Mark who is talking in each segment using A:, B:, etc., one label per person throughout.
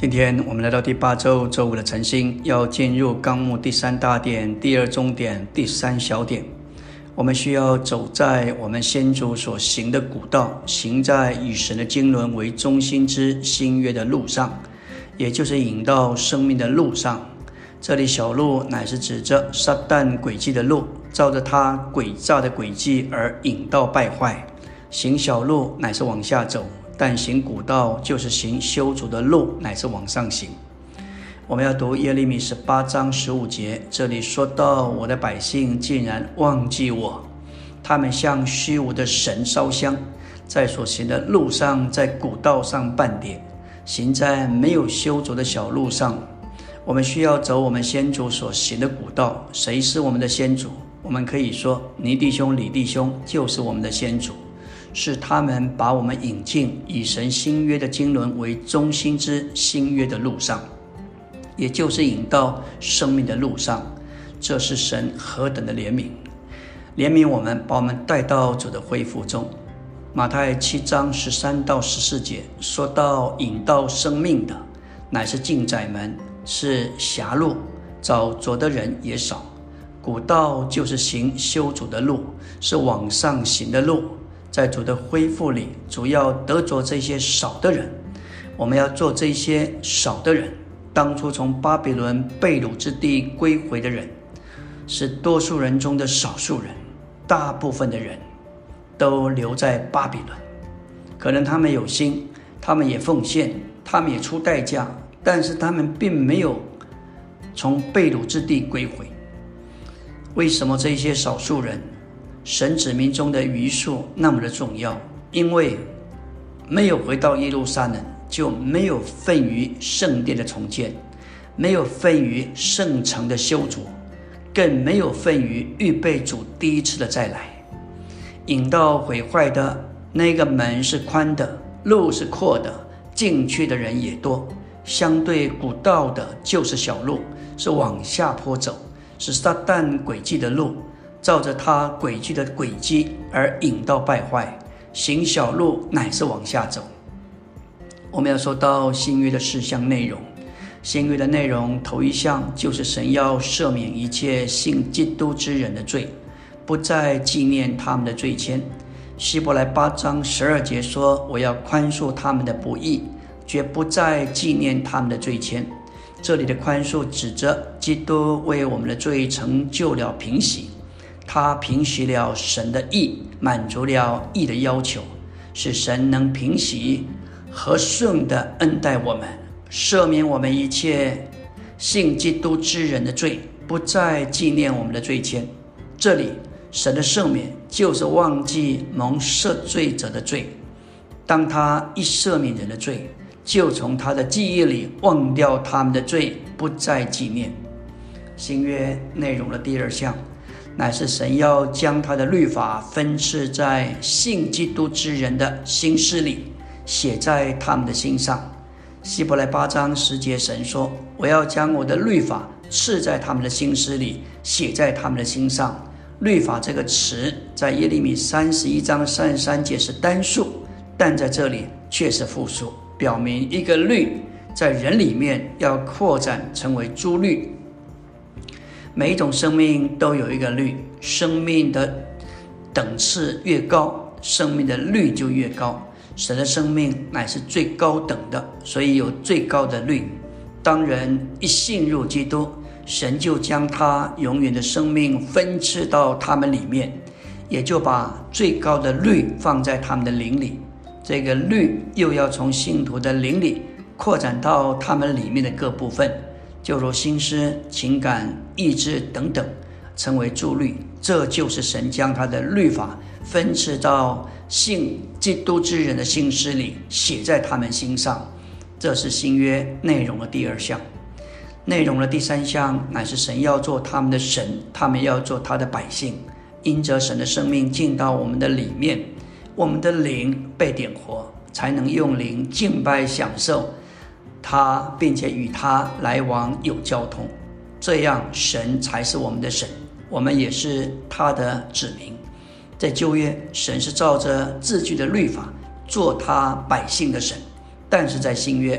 A: 今天我们来到第8周周五的晨星，要进入纲目第3大点、第2中点、第3小点。我们需要走在我们先祖所行的古道，行在以神的经纶为中心之新约的路上，也就是引到生命的路上。这里小路乃是指着撒旦诡计的路，照着他诡诈的诡计而引到败坏。行小路乃是往下走，但行古道就是行修筑的路，乃是往上行。我们要读耶利米18章15节，这里说到，我的百姓竟然忘记我，他们向虚无的神烧香，在所行的路上，在古道上半跌，行在没有修筑的小路上。我们需要走我们先祖所行的古道。谁是我们的先祖？我们可以说尼弟兄、李弟兄就是我们的先祖，是他们把我们引进以神新约的经纶为中心之新约的路上，也就是引到生命的路上。这是神何等的怜悯，怜悯我们，把我们带到主的恢复中。马太7章13到14节说到，引到生命的乃是进窄门，是狭路，找着的人也少。古道就是行修主的路，是往上行的路。在主的恢复里，主要得着这些少的人。我们要做这些少的人。当初从巴比伦被掳之地归回的人，是多数人中的少数人。大部分的人都留在巴比伦，可能他们有心，他们也奉献，他们也出代价，但是他们并没有从被掳之地归回。为什么这些少数人，神子民中的余数那么的重要？因为没有回到耶路撒冷，就没有份于圣殿的重建，没有份于圣城的修筑，更没有份于预备主第一次的再来。引到毁坏的那个门是宽的，路是阔的，进去的人也多。相对古道的就是小路，是往下坡走，是撒旦诡计的路，照着他诡计的轨迹而引到败坏。行小路乃是往下走。我们要说到新约的4项内容。新约的内容头一项就是神要赦免一切信基督之人的罪，不再纪念他们的罪愆。希伯来8章12节说，我要宽恕他们的不义，绝不再纪念他们的罪愆。这里的宽恕指着基督为我们的罪成就了平息，他平息了神的义，满足了义的要求，使神能平息和顺的恩待我们，赦免我们一切信基督之人的罪，不再纪念我们的罪愆。这里神的赦免就是忘记蒙赦罪者的罪，当他一赦免人的罪，就从他的记忆里忘掉他们的罪，不再纪念。新约内容的第2项乃是神要将他的律法分赐在信基督之人的心思里，写在他们的心上。希伯来8章10节神说，我要将我的律法赐在他们的心思里，写在他们的心上。律法这个词在耶利米31章33节是单数，但在这里却是复数，表明一个律在人里面要扩展成为诸律。每一种生命都有一个律，生命的等次越高，生命的律就越高。神的生命乃是最高等的，所以有最高的律。当人一信入基督，神就将他永远的生命分赐到他们里面，也就把最高的律放在他们的灵里。这个律又要从信徒的灵里扩展到他们里面的各部分，就如心思、情感、意志等等，成为诸律。这就是神将他的律法分赐到信基督之人的心思里，写在他们心上。这是新约内容的第2项。内容的第3项乃是神要做他们的神，他们要做他的百姓。因着神的生命进到我们的里面，我们的灵被点活，才能用灵敬拜享受他，并且与他来往有交通。这样神才是我们的神，我们也是他的子民。在旧约，神是照着字句的律法做他百姓的神，但是在新约，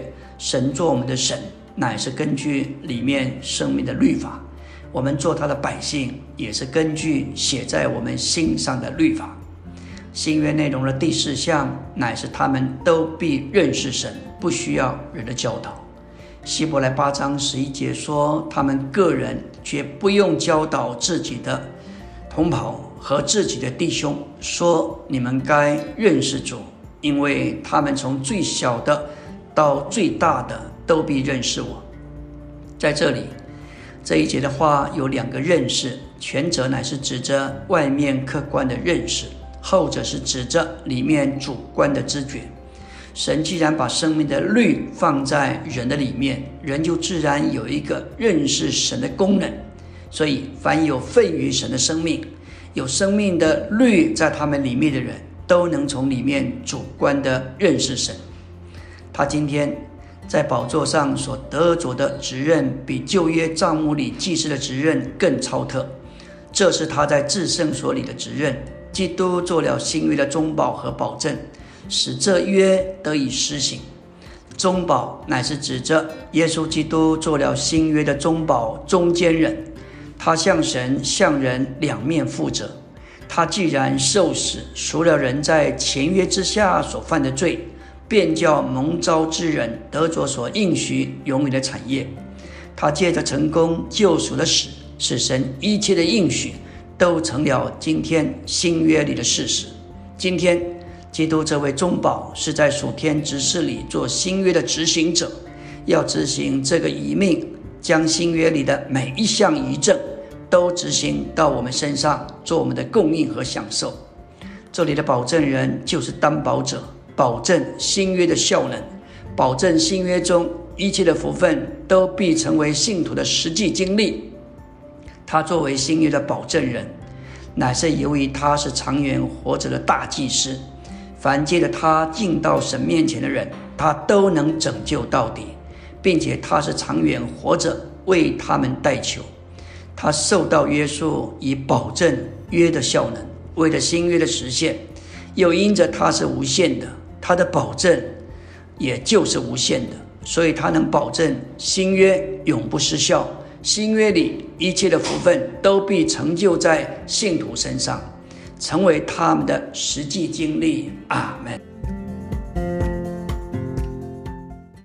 A: 神做我们的神，乃是根据里面生命的律法；我们做他的百姓，也是根据写在我们心上的律法。新约内容的第4项，乃是他们都必认识神，不需要人的教导。希伯来8章11节说，他们个人绝不用教导自己的同袍和自己的弟兄，说你们该认识主，因为他们从最小的到最大的都必认识我。在这里，这一节的话有2个认识，前者乃是指着外面客观的认识，后者是指着里面主观的知觉。神既然把生命的律放在人的里面，人就自然有一个认识神的功能。所以凡有份于神的生命，有生命的律在他们里面的人，都能从里面主观的认识神。他今天在宝座上所得着的职任，比旧约帐幕里祭司的职任更超特。这是他在至圣所里的职任。基督做了新约的中保和保证，使这约得以施行。中保乃是指着耶稣基督做了新约的中保中间人，他向神向人两面负责。他既然受死，赎了人在前约之下所犯的罪，便叫蒙召之人得着所应许永远的产业。他借着成功救赎的死，使神一切的应许都成了今天新约里的事实。今天基督这位中保是在属天职事里做新约的执行者，要执行这个遗命，将新约里的每一项遗证都执行到我们身上，做我们的供应和享受。这里的保证人就是担保者，保证新约的效能，保证新约中一切的福分都必成为信徒的实际经历。他作为新约的保证人，乃是由于他是长远活着的大祭司，凡借着他进到神面前的人，他都能拯救到底，并且他是长远活着为他们代求。他受到约束，以保证约的效能，为了新约的实现，又因着他是无限的，他的保证也就是无限的，所以他能保证新约永不失效，新约里一切的福分都必成就在信徒身上，成为他们的实际经历。阿们。